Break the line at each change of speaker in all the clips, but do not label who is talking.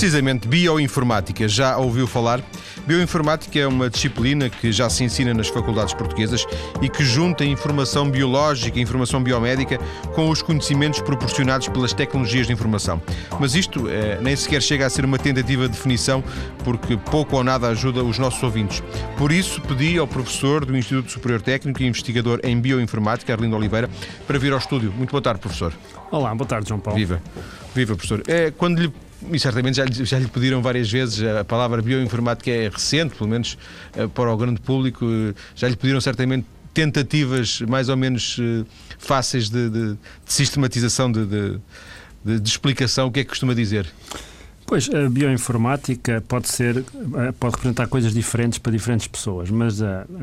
Precisamente, bioinformática. Já ouviu falar? Bioinformática é uma disciplina que já se ensina nas faculdades portuguesas e que junta informação biológica e informação biomédica com os conhecimentos proporcionados pelas tecnologias de informação. Mas isto nem sequer chega a ser uma tentativa de definição, porque pouco ou nada ajuda os nossos ouvintes. Por isso, pedi ao professor do Instituto Superior Técnico e investigador em bioinformática, Arlindo Oliveira, para vir ao estúdio. Muito boa tarde, professor.
Olá, boa tarde, João Paulo.
Viva, professor. E certamente já lhe pediram várias vezes, a palavra bioinformática é recente, pelo menos para o grande público, já lhe pediram certamente tentativas mais ou menos fáceis de sistematização, de explicação. O que é que costuma dizer?
Pois, a bioinformática pode representar coisas diferentes para diferentes pessoas, mas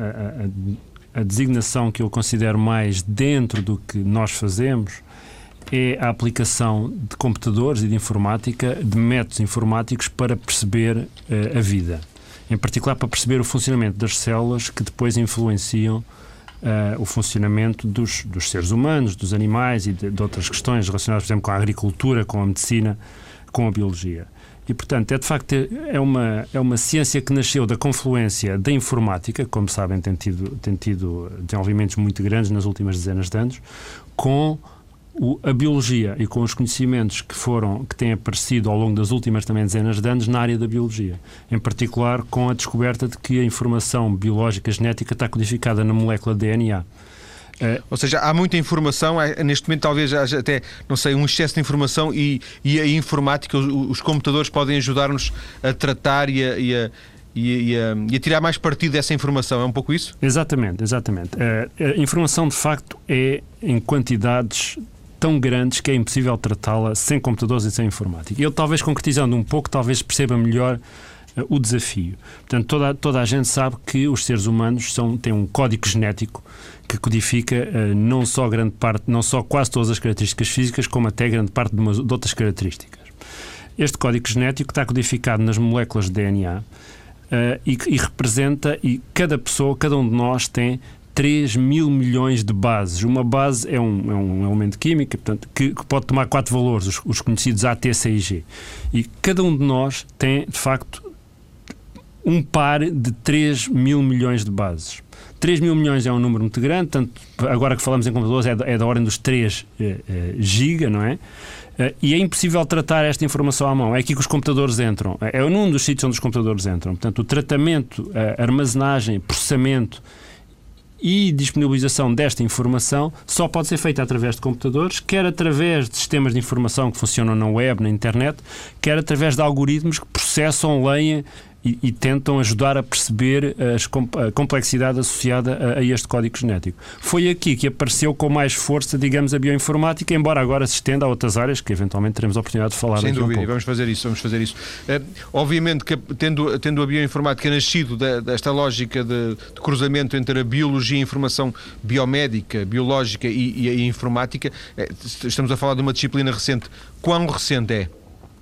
a designação que eu considero mais dentro do que nós fazemos é a aplicação de computadores e de informática, de métodos informáticos para perceber a vida. Em particular, para perceber o funcionamento das células que depois influenciam o funcionamento dos seres humanos, dos animais e de outras questões relacionadas, por exemplo, com a agricultura, com a medicina, com a biologia. E, portanto, é uma ciência que nasceu da confluência da informática, como sabem, tem tido desenvolvimentos muito grandes nas últimas dezenas de anos, com a biologia e com os conhecimentos que têm aparecido ao longo das últimas também dezenas de anos na área da biologia. Em particular, com a descoberta de que a informação biológica genética está codificada na molécula DNA.
Ou seja, há muita informação, neste momento talvez haja até, não sei, um excesso de informação e a informática, os computadores podem ajudar-nos a tratar e a tirar mais partido dessa informação. É um pouco isso?
Exatamente. A informação, de facto, é em quantidades tão grandes que é impossível tratá-la sem computadores e sem informática. Eu, talvez concretizando um pouco, talvez perceba melhor o desafio. Portanto, toda a gente sabe que os seres humanos têm um código genético que codifica não só quase todas as características físicas, como até grande parte de outras características. Este código genético está codificado nas moléculas de DNA e representa, e cada um de nós tem 3 mil milhões de bases. Uma base é um elemento químico, portanto, que pode tomar 4 valores, os conhecidos A, T, C e G. E cada um de nós tem, de facto, um par de 3 mil milhões de bases. 3 mil milhões é um número muito grande, tanto agora que falamos em computadores é da ordem dos 3 giga, não é? E é impossível tratar esta informação à mão. É aqui que os computadores entram. É num dos sítios onde os computadores entram. Portanto, o tratamento, a armazenagem, processamento e disponibilização desta informação só pode ser feita através de computadores, quer através de sistemas de informação que funcionam na web, na internet, quer através de algoritmos que processam, leem e tentam ajudar a perceber a complexidade associada a este código genético. Foi aqui que apareceu com mais força, digamos, a bioinformática, embora agora se estenda a outras áreas que eventualmente teremos a oportunidade de falar.
Sem dúvida, vamos fazer isso. Obviamente que tendo a bioinformática nascido desta lógica de cruzamento entre a biologia e a informação biomédica, biológica e a informática, estamos a falar de uma disciplina recente. Quão recente é?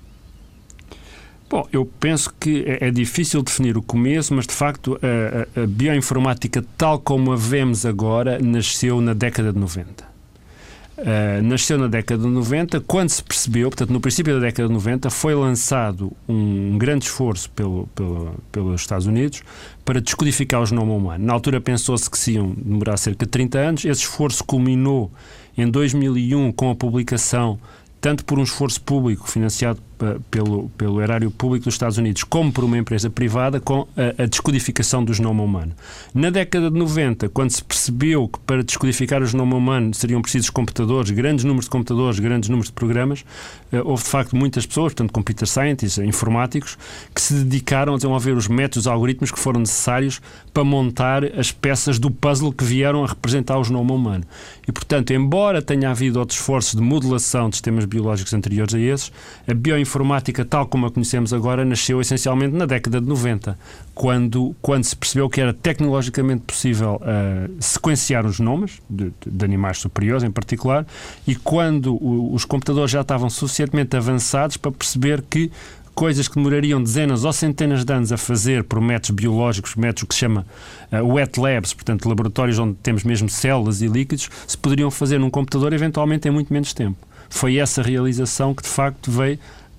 Bom, eu penso que é difícil definir o começo, mas de facto a bioinformática tal como a vemos agora nasceu na década de 90. Nasceu na década de 90, quando se percebeu, portanto no princípio da década de 90, foi lançado um grande esforço pelos Estados Unidos para descodificar o genoma humano. Na altura pensou-se que se iam demorar cerca de 30 anos, esse esforço culminou em 2001 com a publicação, tanto por um esforço público financiado pelo erário público dos Estados Unidos, como por uma empresa privada, com a descodificação do genoma humano. Na década de 90, quando se percebeu que para descodificar o genoma humano seriam precisos computadores, grandes números de computadores, grandes números de programas, houve de facto muitas pessoas, portanto computer scientists, informáticos, que se dedicaram a desenvolver os métodos, algoritmos que foram necessários para montar as peças do puzzle que vieram a representar o genoma humano. E, portanto, embora tenha havido outros esforços de modelação de sistemas biológicos anteriores a esses, a bioinformática, tal como a conhecemos agora, nasceu essencialmente na década de 90, quando se percebeu que era tecnologicamente possível sequenciar os genomas de animais superiores, em particular, e quando os computadores já estavam suficientemente avançados para perceber que coisas que demorariam dezenas ou centenas de anos a fazer por métodos biológicos, métodos que se chama wet labs, portanto laboratórios onde temos mesmo células e líquidos, se poderiam fazer num computador eventualmente em muito menos tempo. Foi essa realização que de facto veio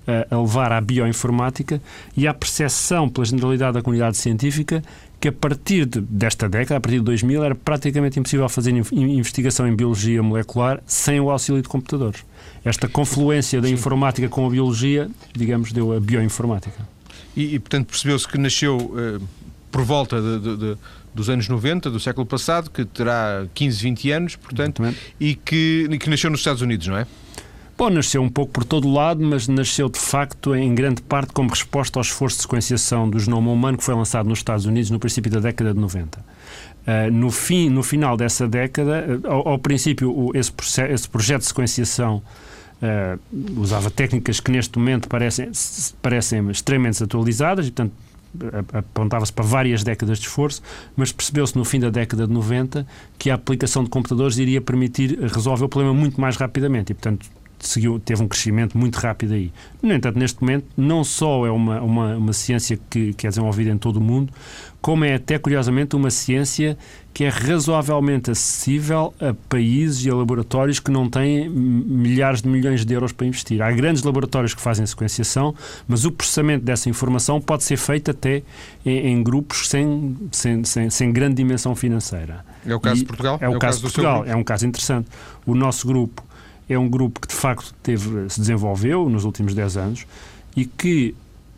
a levar à bioinformática e à percepção pela generalidade da comunidade científica que a partir desta década, a partir de 2000, era praticamente impossível fazer investigação em biologia molecular sem o auxílio de computadores. Esta confluência da informática com a biologia, digamos, deu a bioinformática.
E portanto, percebeu-se que nasceu por volta dos anos 90, do século passado, que terá 15, 20 anos, portanto, e que nasceu nos Estados Unidos, não é?
Bom, nasceu um pouco por todo o lado, mas nasceu de facto em grande parte como resposta ao esforço de sequenciação do genoma humano que foi lançado nos Estados Unidos no princípio da década de 90. No final dessa década, ao princípio, esse projeto de sequenciação usava técnicas que neste momento parecem extremamente atualizadas e, portanto, apontava-se para várias décadas de esforço, mas percebeu-se no fim da década de 90 que a aplicação de computadores iria permitir resolver o problema muito mais rapidamente e, portanto, teve um crescimento muito rápido aí. No entanto, neste momento, não só é uma ciência que é desenvolvida em todo o mundo, como é até, curiosamente, uma ciência que é razoavelmente acessível a países e a laboratórios que não têm milhares de milhões de euros para investir. Há grandes laboratórios que fazem sequenciação, mas o processamento dessa informação pode ser feito até em grupos sem grande dimensão financeira.
É o caso de Portugal?
É o caso de Portugal. É um caso interessante. O nosso grupo é um grupo que, de facto, se desenvolveu nos últimos 10 anos e que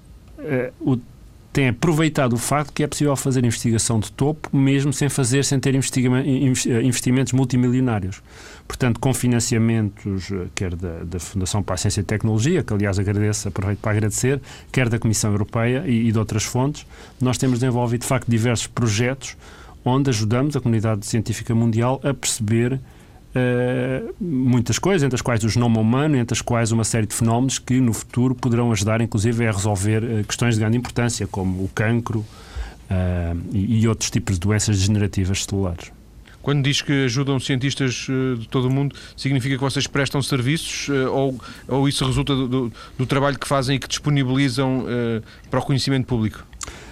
tem aproveitado o facto que é possível fazer investigação de topo mesmo sem ter investimentos multimilionários. Portanto, com financiamentos, quer da Fundação para a Ciência e Tecnologia, que, aliás, aproveito para agradecer, quer da Comissão Europeia e de outras fontes, nós temos desenvolvido, de facto, diversos projetos onde ajudamos a comunidade científica mundial a perceber muitas coisas, entre as quais o genoma humano, entre as quais uma série de fenómenos que no futuro poderão ajudar inclusive a resolver questões de grande importância, como o cancro e outros tipos de doenças degenerativas celulares.
Quando diz que ajudam cientistas de todo o mundo, significa que vocês prestam serviços ou isso resulta do trabalho que fazem e que disponibilizam para o conhecimento público?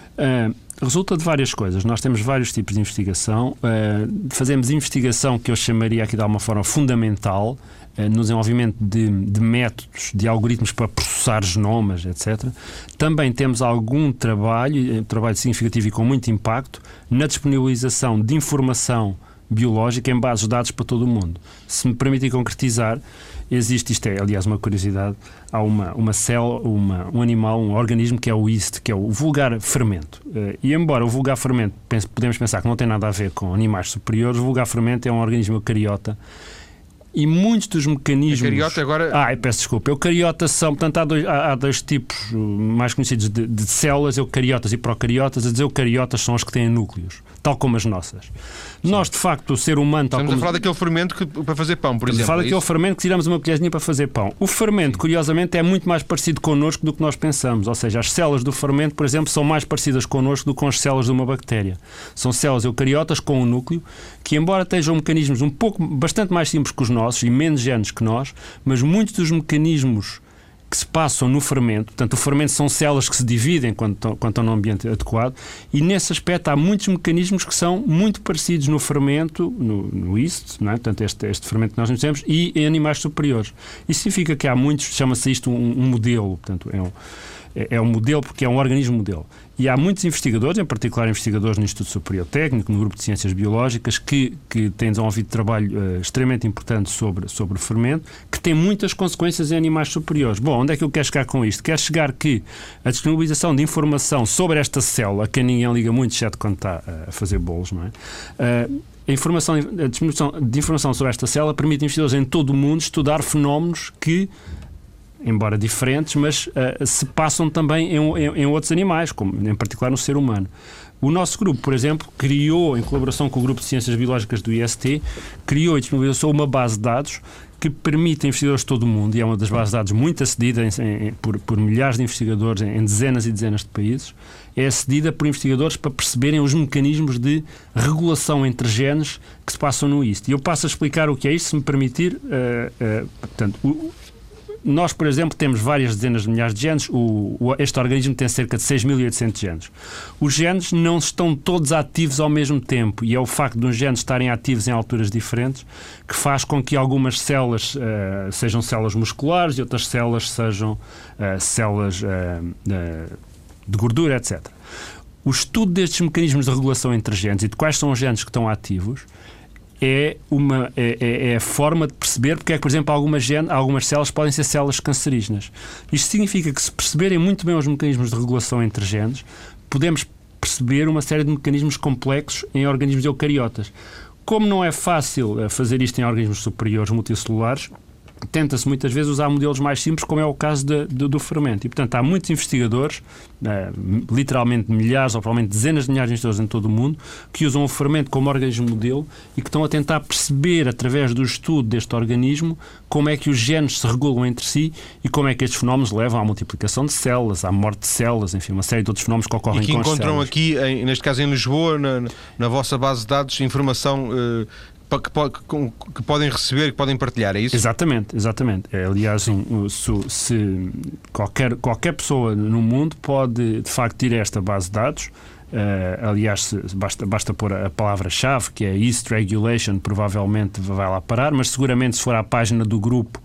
Resulta de várias coisas. Nós temos vários tipos de investigação. Fazemos investigação que eu chamaria aqui de alguma forma fundamental no desenvolvimento de métodos, de algoritmos para processar genomas, etc. Também temos algum trabalho significativo e com muito impacto, na disponibilização de informação biológica em bases de dados para todo o mundo. Se me permitir concretizar, isto é, aliás, uma curiosidade, há uma célula, um animal, um organismo que é o yeast, que é o vulgar fermento. E embora o vulgar fermento, podemos pensar que não tem nada a ver com animais superiores, o vulgar fermento é um organismo eucariota e muitos dos mecanismos...
Eucariota agora...
peço desculpa. Eucariotas são... Portanto, há dois tipos mais conhecidos de células, eucariotas e procariotas. As eucariotas são as que têm núcleos, tal como as nossas. Sim. Nós, de facto, o ser humano...
Estamos a falar daquele fermento para fazer pão, por exemplo.
Estamos a falar daquele fermento que tiramos uma colherzinha para fazer pão. O fermento, curiosamente, é muito mais parecido connosco do que nós pensamos. Ou seja, as células do fermento, por exemplo, são mais parecidas connosco do que com as células de uma bactéria. São células eucariotas com um núcleo que, embora estejam mecanismos bastante mais simples que os nossos e menos genes que nós, mas muitos dos mecanismos que se passam no fermento, portanto, o fermento são células que se dividem quando estão no ambiente adequado, e nesse aspecto há muitos mecanismos que são muito parecidos no fermento, no yeast, não é? Portanto, este fermento que nós conhecemos, e em animais superiores. Isso significa que há muitos, chama-se isto um modelo, portanto, é um modelo porque é um organismo modelo. E há muitos investigadores, em particular investigadores no Instituto Superior Técnico, no Grupo de Ciências Biológicas, que têm desenvolvido trabalho extremamente importante sobre o fermento, que tem muitas consequências em animais superiores. Bom, onde é que eu quero chegar com isto? Quero chegar que a disponibilização de informação sobre esta célula, que a ninguém liga muito, exceto quando está a fazer bolos, não é? A disponibilização de informação sobre esta célula permite investigadores em todo o mundo estudar fenómenos que, embora diferentes, mas se passam também em outros animais, como em particular no ser humano. O nosso grupo, por exemplo, criou, em colaboração com o Grupo de Ciências Biológicas do IST, criou e disponibilizou uma base de dados que permite a investigadores de todo o mundo, e é uma das bases de dados muito acedida por milhares de investigadores em dezenas e dezenas de países, é acedida por investigadores para perceberem os mecanismos de regulação entre genes que se passam no yeast. E eu passo a explicar o que é isto, se me permitir. Portanto, Nós, por exemplo, temos várias dezenas de milhares de genes. Este organismo tem cerca de 6.800 genes. Os genes não estão todos ativos ao mesmo tempo, e é o facto de uns genes estarem ativos em alturas diferentes que faz com que algumas células sejam células musculares e outras células sejam células de gordura, etc. O estudo destes mecanismos de regulação entre genes e de quais são os genes que estão ativos é a forma de perceber porque é que, por exemplo, algumas células podem ser células cancerígenas. Isto significa que, se perceberem muito bem os mecanismos de regulação entre genes, podemos perceber uma série de mecanismos complexos em organismos eucariotas. Como não é fácil fazer isto em organismos superiores multicelulares, tenta-se muitas vezes usar modelos mais simples, como é o caso do fermento. E, portanto, há muitos investigadores, literalmente milhares ou provavelmente dezenas de milhares de investigadores em todo o mundo, que usam o fermento como organismo modelo e que estão a tentar perceber, através do estudo deste organismo, como é que os genes se regulam entre si e como é que estes fenómenos levam à multiplicação de células, à morte de células, enfim, uma série de outros fenómenos que ocorrem com as células.
E que encontram aqui, neste caso em Lisboa, na vossa base de dados, informação que podem receber, que podem partilhar, é isso?
Exatamente. Aliás, qualquer pessoa no mundo pode, de facto, ir a esta base de dados. Aliás, basta pôr a palavra-chave, que é Yeast Regulation, provavelmente vai lá parar, mas seguramente, se for à página do grupo,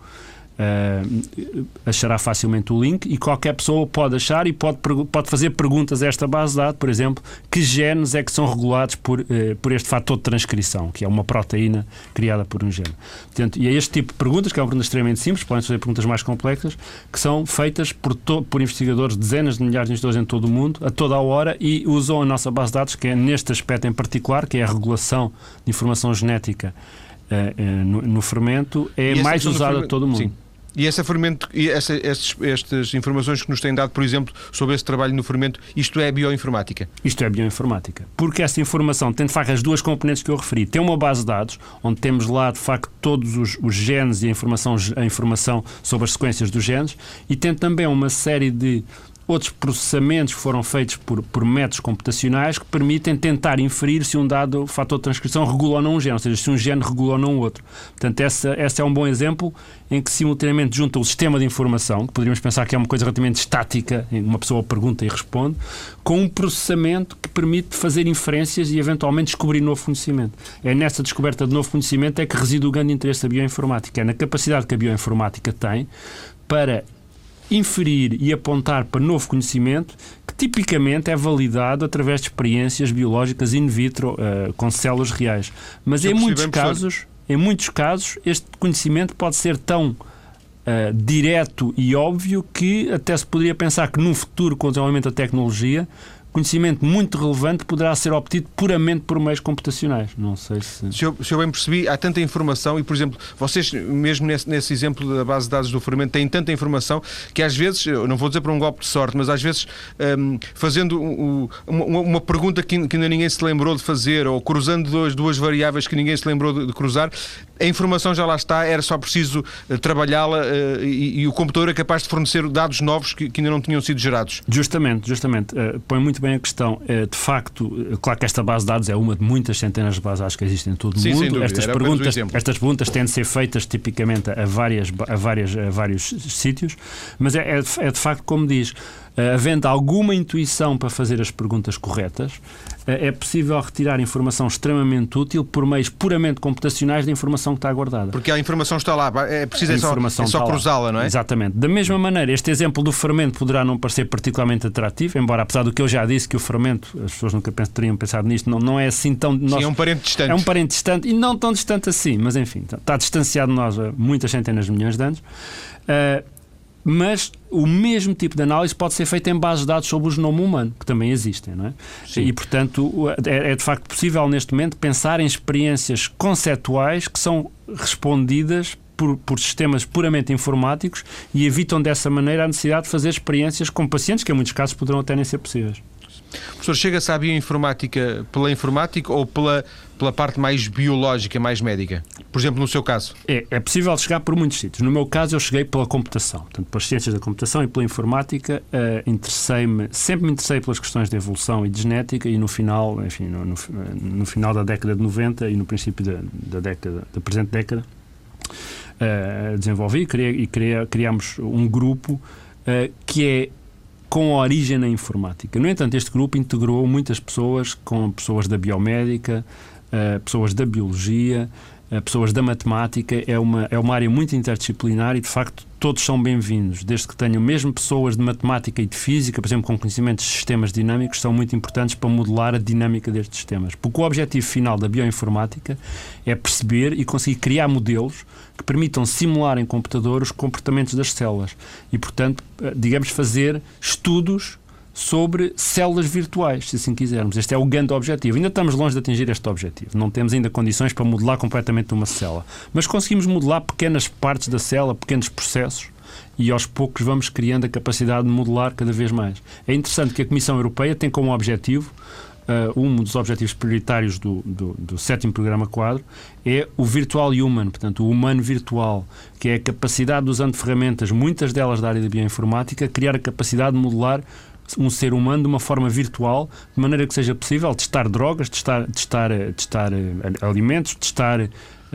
achará facilmente o link, e qualquer pessoa pode achar e pode fazer perguntas a esta base de dados. Por exemplo, que genes é que são regulados por este fator de transcrição, que é uma proteína criada por um gene. Portanto, e é este tipo de perguntas, que é uma pergunta extremamente simples, podem fazer perguntas mais complexas, que são feitas por investigadores, dezenas de milhares de investigadores em todo o mundo, a toda a hora, e usam a nossa base de dados, que é neste aspecto em particular, que é a regulação de informação genética no fermento, é mais usada a todo o mundo.
Sim. E esse fermento, estas informações que nos têm dado, por exemplo, sobre esse trabalho no fermento, isto é bioinformática?
Isto é bioinformática. Porque essa informação tem, de facto, as duas componentes que eu referi. Tem uma base de dados, onde temos lá, de facto, todos os genes e a informação sobre as sequências dos genes, e tem também uma série de outros processamentos que foram feitos por métodos computacionais que permitem tentar inferir se um dado fator de transcrição regula ou não um gene, ou seja, se um gene regula ou não o outro. Portanto, esse é um bom exemplo em que simultaneamente junta o sistema de informação, que poderíamos pensar que é uma coisa relativamente estática, em uma pessoa pergunta e responde, com um processamento que permite fazer inferências e eventualmente descobrir novo conhecimento. É nessa descoberta de novo conhecimento é que reside o grande interesse da bioinformática. É na capacidade que a bioinformática tem para inferir e apontar para novo conhecimento que tipicamente é validado através de experiências biológicas in vitro com células reais. Mas em muitos casos este conhecimento pode ser tão direto e óbvio que até se poderia pensar que num futuro, com o desenvolvimento da tecnologia, conhecimento muito relevante poderá ser obtido puramente por meios computacionais. Não sei se...
Se eu bem percebi, há tanta informação e, por exemplo, vocês, mesmo nesse exemplo da base de dados do fermento, têm tanta informação que às vezes, eu não vou dizer por um golpe de sorte, mas às vezes fazendo uma pergunta que ainda ninguém se lembrou de fazer, ou cruzando duas variáveis que ninguém se lembrou de cruzar, a informação já lá está, era só preciso trabalhá-la e o computador é capaz de fornecer dados novos que ainda não tinham sido gerados.
Justamente. Põe muito bem a questão. De facto, claro que esta base de dados é uma de muitas centenas de bases de dados que existem em todo o mundo.
Sem dúvida,
estas perguntas têm de ser feitas tipicamente a vários sítios, mas é de facto como diz, havendo alguma intuição para fazer as perguntas corretas, é possível retirar informação extremamente útil por meios puramente computacionais da informação que está guardada.
Porque a informação está lá, é preciso só cruzá-la, não é?
Exatamente. Da mesma maneira, este exemplo do fermento poderá não parecer particularmente atrativo, embora, apesar do que eu já disse, que o fermento, as pessoas nunca teriam pensado nisto, não é assim tão...
Sim, é um parente distante.
É um parente distante e não tão distante assim, mas enfim, está distanciado de nós há muitas centenas de milhões de anos. Mas o mesmo tipo de análise pode ser feito em bases de dados sobre o genoma humano, que também existem, não é? Sim. E, portanto, é de facto possível neste momento pensar em experiências conceptuais que são respondidas por sistemas puramente informáticos e evitam dessa maneira a necessidade de fazer experiências com pacientes que em muitos casos poderão até nem ser possíveis.
Professor, chega-se à bioinformática pela informática ou pela parte mais biológica, mais médica? Por exemplo, no seu caso?
É possível chegar por muitos sítios. No meu caso, eu cheguei pela computação. Portanto, pelas ciências da computação e pela informática, sempre me interessei pelas questões de evolução e de genética e no final, enfim, no final da década de 90 e no princípio da presente década, desenvolvi e criámos um grupo que é com origem na informática. No entanto, este grupo integrou muitas pessoas, com pessoas da biomédica, pessoas da biologia, pessoas da matemática. É uma área muito interdisciplinar e, de facto, todos são bem-vindos, desde que tenham mesmo pessoas de matemática e de física, por exemplo, com conhecimentos de sistemas dinâmicos, são muito importantes para modelar a dinâmica destes sistemas. Porque o objetivo final da bioinformática é perceber e conseguir criar modelos que permitam simular em computador os comportamentos das células e, portanto, digamos, fazer estudos sobre células virtuais, se assim quisermos. Este é o grande objetivo. Ainda estamos longe de atingir este objetivo. Não temos ainda condições para modelar completamente uma célula. Mas conseguimos modelar pequenas partes da célula, pequenos processos, e aos poucos vamos criando a capacidade de modelar cada vez mais. É interessante que a Comissão Europeia tem como objetivo, um dos objetivos prioritários do 7º Programa Quadro, é o Virtual Human, portanto, o humano virtual, que é a capacidade de, usando ferramentas, muitas delas da área da bioinformática, criar a capacidade de modelar um ser humano de uma forma virtual, de maneira que seja possível testar drogas, testar alimentos, testar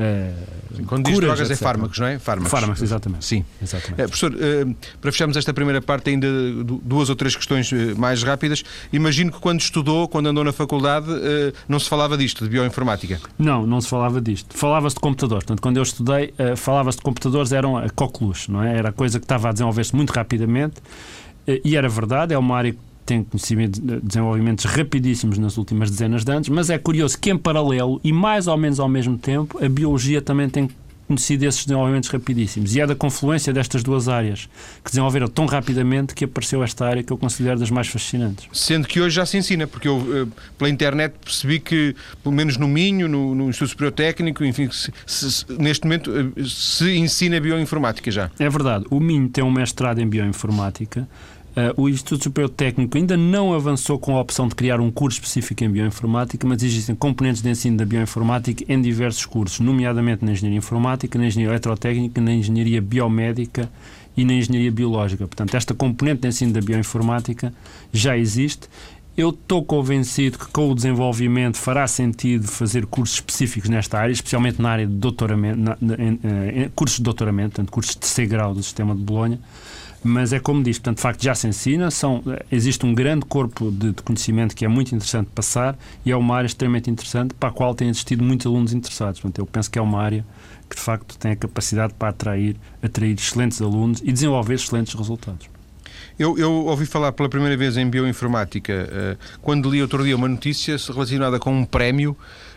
quando diz drogas, etc. É fármacos, não é?
Fármacos, exatamente.
Sim.
Exatamente.
Professor, para fecharmos esta primeira parte, ainda 2 ou 3 questões mais rápidas. Imagino que quando andou na faculdade, não se falava disto, de bioinformática.
Não se falava disto. Falava-se de computadores. Portanto, quando eu estudei, falava-se de computadores, eram a coqueluche, não é? Era a coisa que estava a desenvolver-se muito rapidamente. E era verdade, é uma área que tem conhecimento de desenvolvimentos rapidíssimos nas últimas dezenas de anos, mas é curioso que, em paralelo e mais ou menos ao mesmo tempo, a biologia também tem conhecido esses desenvolvimentos rapidíssimos. E é da confluência destas duas áreas que desenvolveram tão rapidamente que apareceu esta área que eu considero das mais fascinantes.
Sendo que hoje já se ensina, porque eu, pela internet, percebi que, pelo menos no Minho, no Instituto Superior Técnico, enfim, neste momento se ensina bioinformática já.
É verdade. O Minho tem um mestrado em bioinformática. O Instituto Superior Técnico ainda não avançou com a opção de criar um curso específico em bioinformática, mas existem componentes de ensino da bioinformática em diversos cursos, nomeadamente na engenharia informática, na engenharia eletrotécnica, na engenharia biomédica e na engenharia biológica. Portanto, esta componente de ensino da bioinformática já existe. Eu estou convencido que com o desenvolvimento fará sentido fazer cursos específicos nesta área, especialmente na área de doutoramento, cursos de doutoramento, portanto, cursos de terceiro grau do sistema de Bolonha. Mas é como diz, portanto, de facto já se ensina, existe um grande corpo de conhecimento que é muito interessante passar e é uma área extremamente interessante para a qual têm existido muitos alunos interessados. Portanto, eu penso que é uma área que de facto tem a capacidade para atrair excelentes alunos e desenvolver excelentes resultados.
Eu ouvi falar pela primeira vez em bioinformática quando li outro dia uma notícia relacionada com um prémio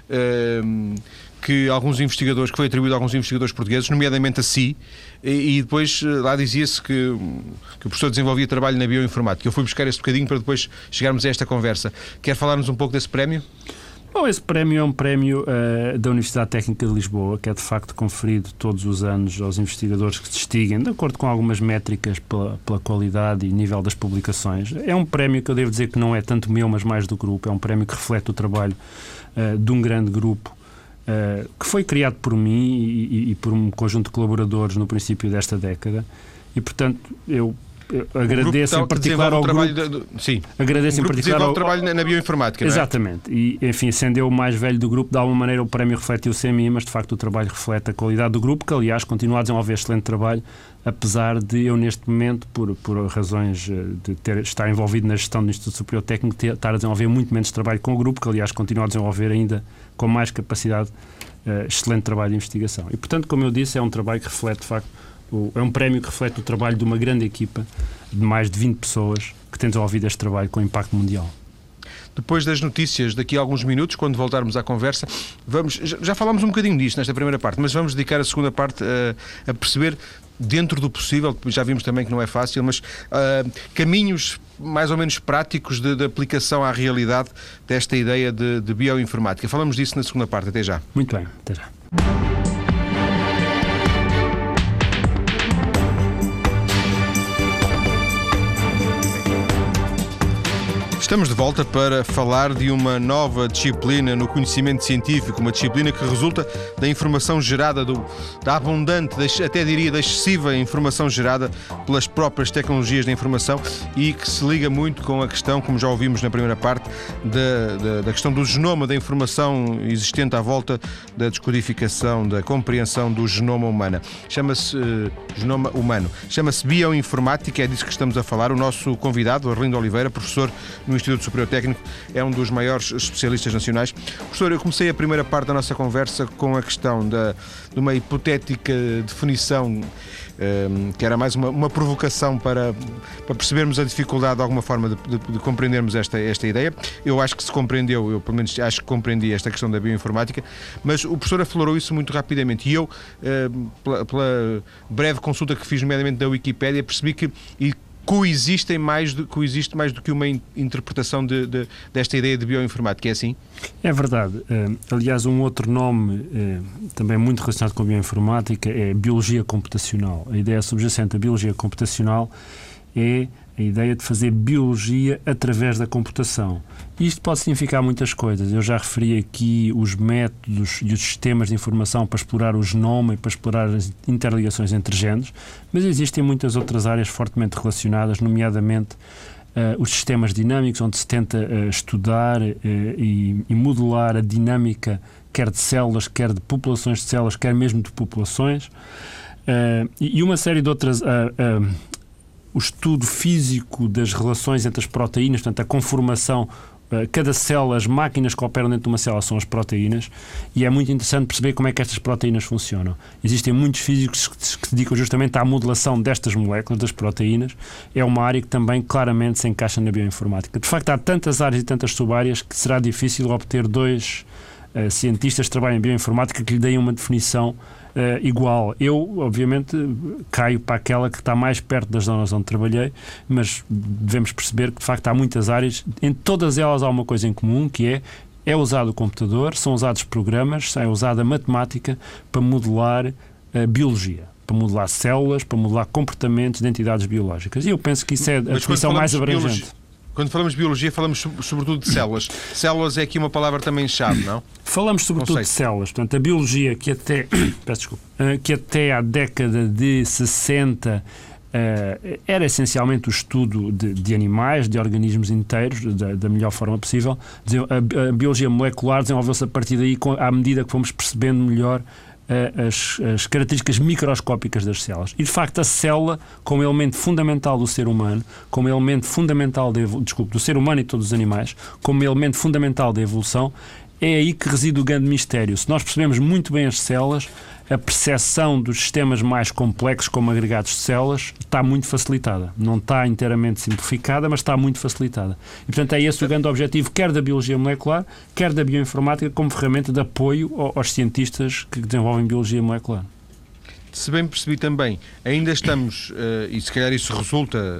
que foi atribuído a alguns investigadores portugueses, nomeadamente a si, e depois lá dizia-se que o professor desenvolvia trabalho na bioinformática. Eu fui buscar esse bocadinho para depois chegarmos a esta conversa. Quer falar-nos um pouco desse prémio?
Bom, esse prémio é um prémio da Universidade Técnica de Lisboa, que é de facto conferido todos os anos aos investigadores que se distinguem, de acordo com algumas métricas pela qualidade e nível das publicações. É um prémio que eu devo dizer que não é tanto meu, mas mais do grupo. É um prémio que reflete o trabalho de um grande grupo que foi criado por mim e por um conjunto de colaboradores no princípio desta década. E, portanto, eu agradeço em particular ao grupo.
Sim.
Agradeço em particular ao
trabalho na bioinformática.
Exatamente.
Não é?
E, enfim, sendo eu o mais velho do grupo, de alguma maneira o prémio refletiu-se em mim, mas de facto o trabalho reflete a qualidade do grupo, que aliás continua a desenvolver excelente trabalho, apesar de eu neste momento, por razões de estar envolvido na gestão do Instituto Superior Técnico, estar a desenvolver muito menos trabalho com o grupo, que aliás continua a desenvolver ainda com mais capacidade excelente trabalho de investigação. E portanto, como eu disse, é um trabalho que reflete de facto, é um prémio que reflete o trabalho de uma grande equipa de mais de 20 pessoas que tem desenvolvido este trabalho com impacto mundial.
Depois das notícias, daqui a alguns minutos, quando voltarmos à conversa, já falámos um bocadinho disto nesta primeira parte, mas vamos dedicar a segunda parte a perceber, dentro do possível, já vimos também que não é fácil, mas caminhos mais ou menos práticos de aplicação à realidade desta ideia de bioinformática. Falamos disso na segunda parte. Até já.
Muito bem, até já.
Estamos de volta para falar de uma nova disciplina no conhecimento científico, uma disciplina que resulta da informação gerada, da abundante, até diria da excessiva informação gerada pelas próprias tecnologias da informação e que se liga muito com a questão, como já ouvimos na primeira parte, da questão do genoma da informação existente à volta da descodificação, da compreensão do genoma humano. Chama-se genoma humano. Chama-se bioinformática, é disso que estamos a falar. O nosso convidado, Arlindo Oliveira, professor no Instituto Superior Técnico, é um dos maiores especialistas nacionais. Professor, eu comecei a primeira parte da nossa conversa com a questão de uma hipotética definição que era mais uma provocação para percebermos a dificuldade de alguma forma de compreendermos esta ideia. Eu acho que se compreendeu, eu pelo menos acho que compreendi esta questão da bioinformática, mas o professor aflorou isso muito rapidamente e eu, pela breve consulta que fiz nomeadamente da Wikipédia, percebi que coexiste mais do que uma interpretação desta ideia de bioinformática. É assim?
É verdade. Aliás, um outro nome também muito relacionado com a bioinformática é biologia computacional. A ideia subjacente da biologia computacional é a ideia de fazer biologia através da computação. Isto pode significar muitas coisas. Eu já referi aqui os métodos e os sistemas de informação para explorar o genoma e para explorar as interligações entre genes, mas existem muitas outras áreas fortemente relacionadas, nomeadamente os sistemas dinâmicos, onde se tenta estudar e modelar a dinâmica quer de células, quer de populações de células, quer mesmo de populações, e uma série de outras... O estudo físico das relações entre as proteínas, portanto, a conformação, cada célula, as máquinas que operam dentro de uma célula são as proteínas, e é muito interessante perceber como é que estas proteínas funcionam. Existem muitos físicos que se dedicam justamente à modelação destas moléculas, das proteínas. É uma área que também claramente se encaixa na bioinformática. De facto, há tantas áreas e tantas subáreas que será difícil obter dois cientistas que trabalham em bioinformática que lhe deem uma definição igual. Eu, obviamente, caio para aquela que está mais perto das zonas onde trabalhei, mas devemos perceber que, de facto, há muitas áreas. Em todas elas há uma coisa em comum, que é usado o computador, são usados programas, é usada a matemática para modelar a biologia, para modelar células, para modelar comportamentos de entidades biológicas. E eu penso que isso é a definição mais abrangente.
Quando falamos de biologia, falamos sobretudo de células. Células é aqui uma palavra também chave, não?
Falamos sobretudo de células. Portanto, a biologia que até, que até à década de 60 era essencialmente o estudo de animais, de organismos inteiros, da melhor forma possível. A biologia molecular desenvolveu-se a partir daí, à medida que fomos percebendo melhor as características microscópicas das células. E, de facto, a célula, como elemento fundamental do ser humano, como elemento fundamental do ser humano e todos os animais, como elemento fundamental da evolução, é aí que reside o grande mistério. Se nós percebemos muito bem as células, a percepção dos sistemas mais complexos, como agregados de células, está muito facilitada. Não está inteiramente simplificada, mas está muito facilitada. E, portanto, é esse o grande objetivo, quer da biologia molecular, quer da bioinformática, como ferramenta de apoio aos cientistas que desenvolvem biologia molecular.
Se bem percebi também, ainda estamos, e se calhar isso resulta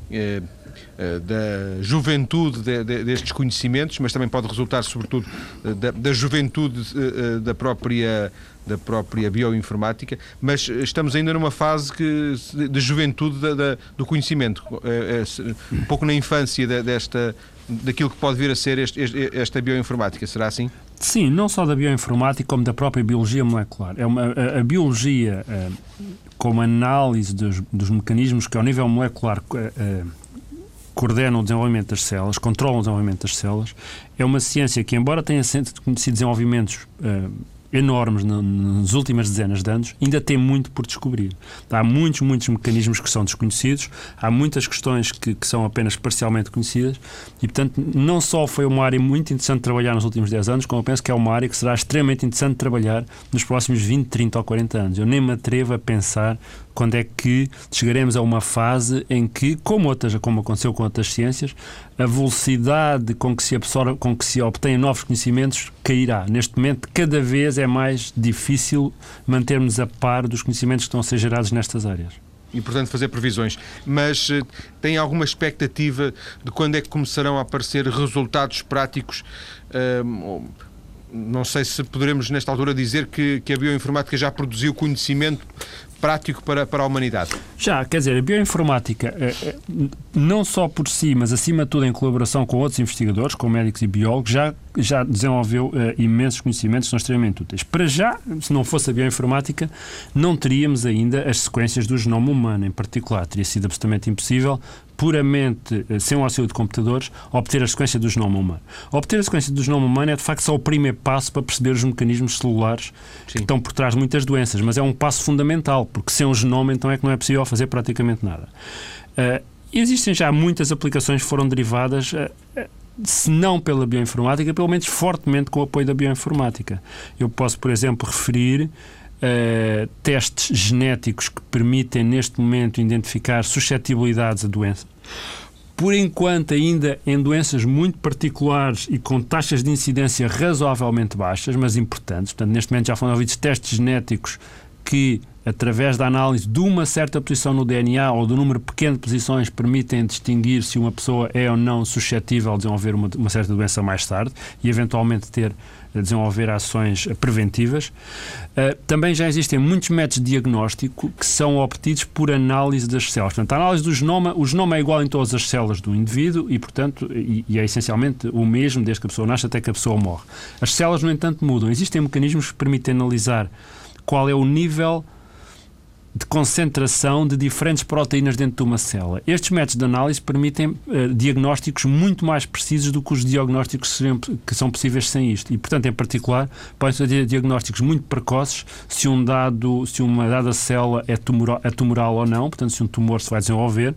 da juventude destes conhecimentos, mas também pode resultar sobretudo da juventude da própria bioinformática, mas estamos ainda numa fase de juventude do conhecimento, um pouco na infância daquilo que pode vir a ser esta bioinformática, será assim?
Sim, não só da bioinformática, como da própria biologia molecular. A biologia, como análise dos mecanismos que ao nível molecular coordenam o desenvolvimento das células, controlam o desenvolvimento das células, é uma ciência que, embora tenha sido desenvolvimentos enormes nas últimas dezenas de anos, ainda tem muito por descobrir. Há muitos mecanismos que são desconhecidos, há muitas questões que são apenas parcialmente conhecidas e, portanto, não só foi uma área muito interessante de trabalhar nos últimos 10 anos, como eu penso que é uma área que será extremamente interessante de trabalhar nos próximos 20, 30 ou 40 anos. Eu nem me atrevo a pensar quando é que chegaremos a uma fase em que, como aconteceu com outras ciências, a velocidade com que se obtém novos conhecimentos cairá. Neste momento, cada vez é mais difícil mantermos a par dos conhecimentos que estão a ser gerados nestas áreas.
E, portanto, fazer previsões. Mas tem alguma expectativa de quando é que começarão a aparecer resultados práticos? Não sei se poderemos, nesta altura, dizer que a bioinformática já produziu conhecimento prático para a humanidade?
Já, quer dizer, a bioinformática, não só por si, mas acima de tudo em colaboração com outros investigadores, com médicos e biólogos, já desenvolveu imensos conhecimentos que são extremamente úteis. Para já, se não fosse a bioinformática, não teríamos ainda as sequências do genoma humano, em particular. Teria sido absolutamente impossível, puramente, sem o auxílio de computadores, obter a sequência do genoma humano. Obter a sequência do genoma humano é, de facto, só o primeiro passo para perceber os mecanismos celulares que estão por trás de muitas doenças, mas é um passo fundamental, porque sem o genoma, então, é que não é possível fazer praticamente nada. Existem já muitas aplicações que foram derivadas, se não pela bioinformática, pelo menos fortemente com o apoio da bioinformática. Eu posso, por exemplo, referir testes genéticos que permitem, neste momento, identificar suscetibilidades a doenças. Por enquanto, ainda em doenças muito particulares e com taxas de incidência razoavelmente baixas, mas importantes. Portanto, neste momento já foram ouvidos testes genéticos que, através da análise de uma certa posição no DNA ou do número pequeno de posições, permitem distinguir se uma pessoa é ou não suscetível de desenvolver uma certa doença mais tarde e, eventualmente, desenvolver ações preventivas. Também já existem muitos métodos de diagnóstico que são obtidos por análise das células. Portanto, a análise do genoma, o genoma é igual em todas as células do indivíduo e, portanto, é essencialmente o mesmo desde que a pessoa nasce até que a pessoa morre. As células, no entanto, mudam. Existem mecanismos que permitem analisar qual é o nível de concentração de diferentes proteínas dentro de uma célula. Estes métodos de análise permitem diagnósticos muito mais precisos do que os diagnósticos que são possíveis sem isto. E, portanto, em particular, podem ser diagnósticos muito precoces se uma dada célula é tumoral ou não, portanto, se um tumor se vai desenvolver,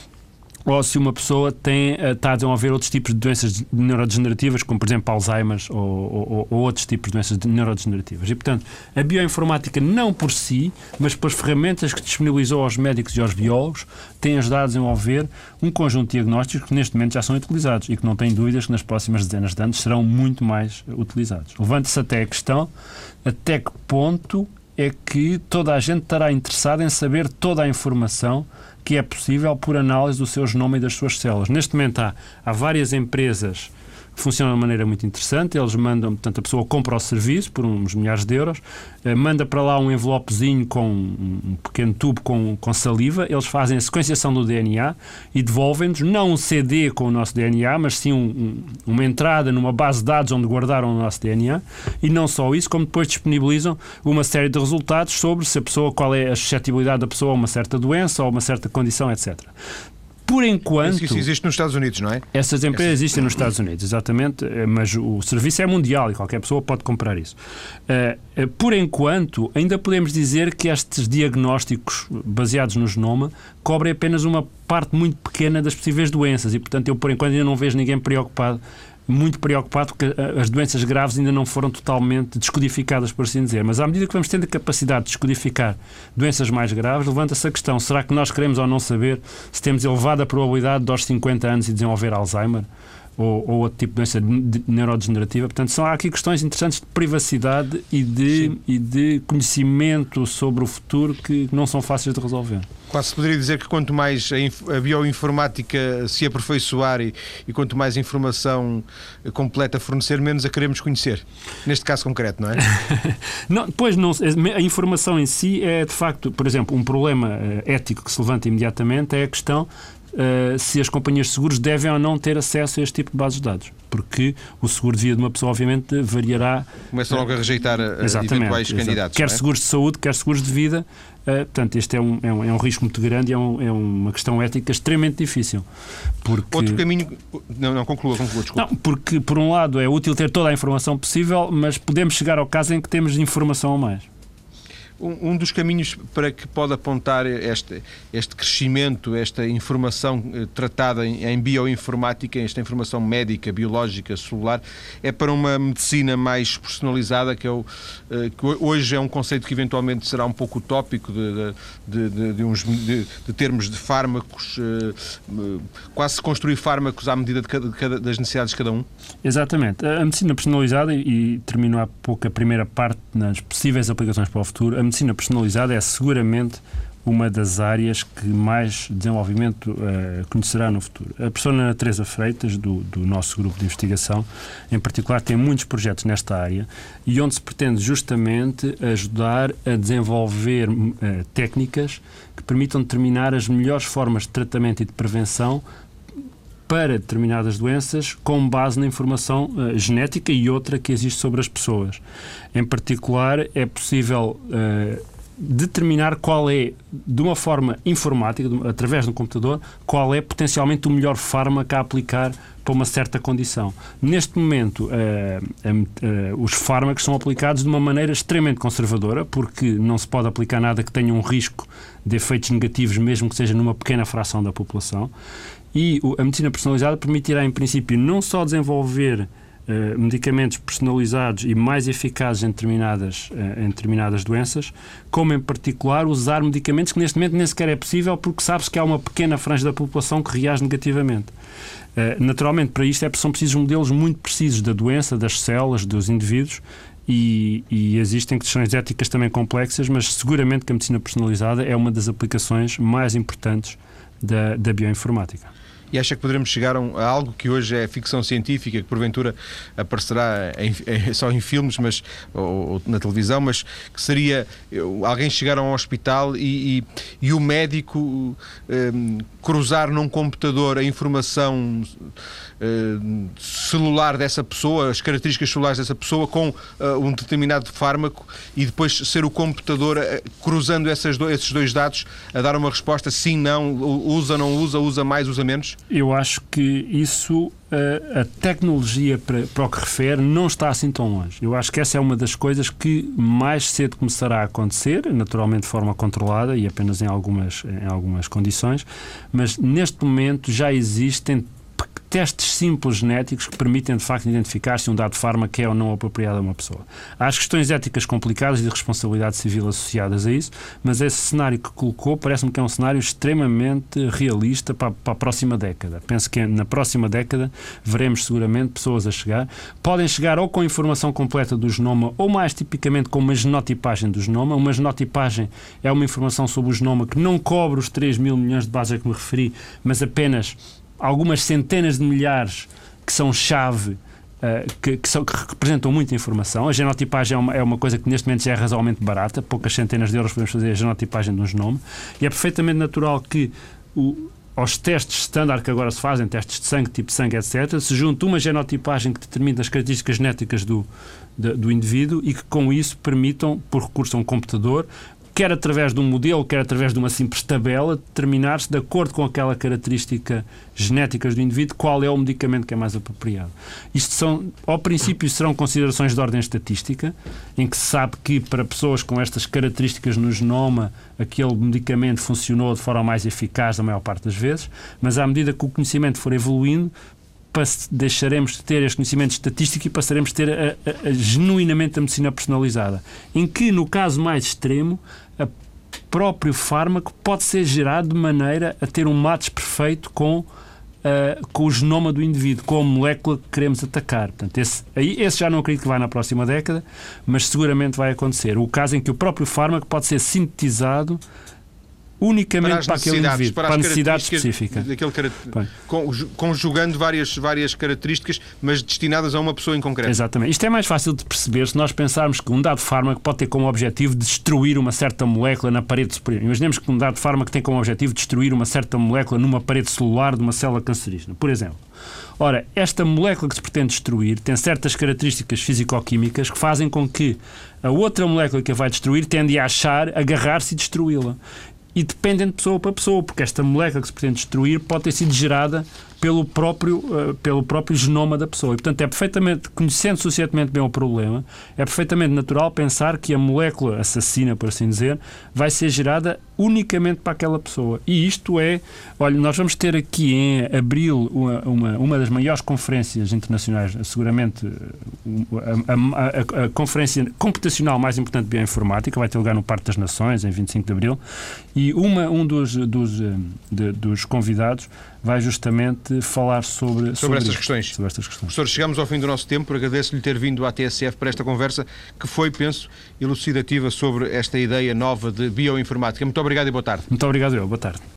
ou se uma pessoa está a desenvolver outros tipos de doenças neurodegenerativas, como, por exemplo, Alzheimer ou outros tipos de doenças neurodegenerativas. E, portanto, a bioinformática, não por si, mas pelas ferramentas que disponibilizou aos médicos e aos biólogos, tem ajudado a desenvolver um conjunto de diagnósticos que, neste momento, já são utilizados e que não tenho dúvidas que nas próximas dezenas de anos serão muito mais utilizados. Levanta-se até a questão até que ponto é que toda a gente estará interessada em saber toda a informação que é possível por análise do seu genoma e das suas células. Neste momento há várias empresas que funcionam de maneira muito interessante. Eles mandam, portanto, a pessoa compra o serviço por uns milhares de euros, manda para lá um envelopezinho com um pequeno tubo com saliva, eles fazem a sequenciação do DNA e devolvem-nos, não um CD com o nosso DNA, mas sim uma entrada numa base de dados onde guardaram o nosso DNA, e não só isso, como depois disponibilizam uma série de resultados sobre se a pessoa, qual é a suscetibilidade da pessoa a uma certa doença ou uma certa condição, etc. Por enquanto...
Isso existe nos Estados Unidos, não é?
Essas empresas existem nos Estados Unidos, exatamente, mas o serviço é mundial e qualquer pessoa pode comprar isso. Por enquanto, ainda podemos dizer que estes diagnósticos baseados no genoma cobrem apenas uma parte muito pequena das possíveis doenças e, portanto, eu por enquanto ainda não vejo ninguém muito preocupado porque as doenças graves ainda não foram totalmente descodificadas, por assim dizer. Mas à medida que vamos tendo a capacidade de descodificar doenças mais graves, levanta-se a questão, será que nós queremos ou não saber se temos elevada probabilidade de aos 50 anos de desenvolver Alzheimer ou outro tipo de doença neurodegenerativa? Portanto, há aqui questões interessantes de privacidade e de conhecimento sobre o futuro que não são fáceis de resolver.
Quase se poderia dizer que quanto mais a bioinformática se aperfeiçoar e quanto mais informação completa fornecer, menos a queremos conhecer. Neste caso concreto, não é?
A informação em si é, de facto, por exemplo, um problema ético que se levanta imediatamente é a questão se as companhias de seguros devem ou não ter acesso a este tipo de bases de dados. Porque o seguro de vida de uma pessoa, obviamente, variará...
Começam logo a rejeitar eventuais candidatos.
Quer seguros de saúde, quer seguros de vida. Portanto, este é um risco muito grande e é uma questão ética extremamente difícil. Porque...
Outro caminho... Não, conclua, desculpa.
Não, porque, por um lado, é útil ter toda a informação possível, mas podemos chegar ao caso em que temos informação a mais.
Um dos caminhos para que pode apontar este crescimento, esta informação tratada em bioinformática, esta informação médica, biológica, celular, é para uma medicina mais personalizada, que hoje é um conceito que eventualmente será um pouco utópico de termos de fármacos, quase construir fármacos à medida das necessidades de cada um?
Exatamente. A medicina personalizada, e termino há pouco a primeira parte nas possíveis aplicações para o futuro, a medicina personalizada é seguramente uma das áreas que mais desenvolvimento conhecerá no futuro. A professora Ana Teresa Freitas, do nosso grupo de investigação, em particular, tem muitos projetos nesta área e onde se pretende justamente ajudar a desenvolver técnicas que permitam determinar as melhores formas de tratamento e de prevenção para determinadas doenças com base na informação genética e outra que existe sobre as pessoas. Em particular, é possível determinar qual é, de uma forma informática, através de um computador, qual é potencialmente o melhor fármaco a aplicar para uma certa condição. Neste momento, os fármacos são aplicados de uma maneira extremamente conservadora, porque não se pode aplicar nada que tenha um risco de efeitos negativos, mesmo que seja numa pequena fração da população. E a medicina personalizada permitirá, em princípio, não só desenvolver medicamentos personalizados e mais eficazes em determinadas doenças, como, em particular, usar medicamentos que neste momento nem sequer é possível porque sabe-se que há uma pequena franja da população que reage negativamente. Naturalmente, para isto são precisos modelos muito precisos da doença, das células, dos indivíduos, e existem questões éticas também complexas, mas seguramente que a medicina personalizada é uma das aplicações mais importantes da bioinformática.
E acha que poderemos chegar a algo que hoje é ficção científica, que porventura aparecerá só em filmes ou na televisão, mas que seria alguém chegar a um hospital e o médico cruzar num computador a informação celular dessa pessoa, as características celulares dessa pessoa com um determinado fármaco e depois ser o computador cruzando esses dois dados a dar uma resposta sim, não, usa, não usa, usa mais, usa menos?
Eu acho que isso, a tecnologia para o que refere, não está assim tão longe. Eu acho que essa é uma das coisas que mais cedo começará a acontecer, naturalmente de forma controlada e apenas em algumas condições, mas neste momento já existem testes simples genéticos que permitem, de facto, identificar se um dado fármaco é ou não apropriado a uma pessoa. Há as questões éticas complicadas e de responsabilidade civil associadas a isso, mas esse cenário que colocou parece-me que é um cenário extremamente realista para a próxima década. Penso que na próxima década veremos seguramente pessoas a chegar. Podem chegar ou com informação completa do genoma ou, mais tipicamente, com uma genotipagem do genoma. Uma genotipagem é uma informação sobre o genoma que não cobre os 3 mil milhões de bases a que me referi, mas apenas algumas centenas de milhares que são chave, que representam muita informação. A genotipagem é uma coisa que neste momento já é razoavelmente barata, poucas centenas de euros podemos fazer a genotipagem de um genoma, e é perfeitamente natural que aos testes standard que agora se fazem, testes de sangue, tipo de sangue, etc., se junte uma genotipagem que determina as características genéticas do indivíduo e que com isso permitam, por recurso a um computador, quer através de um modelo, quer através de uma simples tabela, determinar-se, de acordo com aquela característica genética do indivíduo, qual é o medicamento que é mais apropriado. Isto ao princípio, serão considerações de ordem estatística, em que se sabe que para pessoas com estas características no genoma, aquele medicamento funcionou de forma mais eficaz a maior parte das vezes, mas à medida que o conhecimento for evoluindo, deixaremos de ter este conhecimento estatístico e passaremos a ter genuinamente a medicina personalizada, em que, no caso mais extremo, o próprio fármaco pode ser gerado de maneira a ter um match perfeito com o genoma do indivíduo, com a molécula que queremos atacar. Portanto, esse já não acredito que vai na próxima década, mas seguramente vai acontecer. O caso em que o próprio fármaco pode ser sintetizado unicamente para aquele indivíduo, para a necessidade específica.
Conjugando várias características, mas destinadas a uma pessoa em concreto.
Exatamente. Isto é mais fácil de perceber se nós pensarmos que um dado fármaco pode ter como objetivo destruir uma certa molécula na parede superior. Imaginemos que um dado fármaco tem como objetivo destruir uma certa molécula numa parede celular de uma célula cancerígena, por exemplo. Ora, esta molécula que se pretende destruir tem certas características físico-químicas que fazem com que a outra molécula que a vai destruir tende a agarrar-se e destruí-la. E dependem de pessoa para pessoa, porque esta molécula que se pretende destruir pode ter sido gerada pelo próprio genoma da pessoa. E, portanto, é perfeitamente, conhecendo suficientemente bem o problema, é perfeitamente natural pensar que a molécula assassina, por assim dizer, vai ser gerada unicamente para aquela pessoa. E isto olha, nós vamos ter aqui em abril uma das maiores conferências internacionais, seguramente a conferência computacional mais importante de bioinformática, vai ter lugar no Parque das Nações, em 25 de abril, e um dos convidados vai justamente permite falar sobre
estas questões. Professor, chegamos ao fim do nosso tempo. Agradeço-lhe ter vindo à TSF para esta conversa, que foi, penso, elucidativa sobre esta ideia nova de bioinformática. Muito obrigado e boa tarde.
Muito obrigado, boa tarde.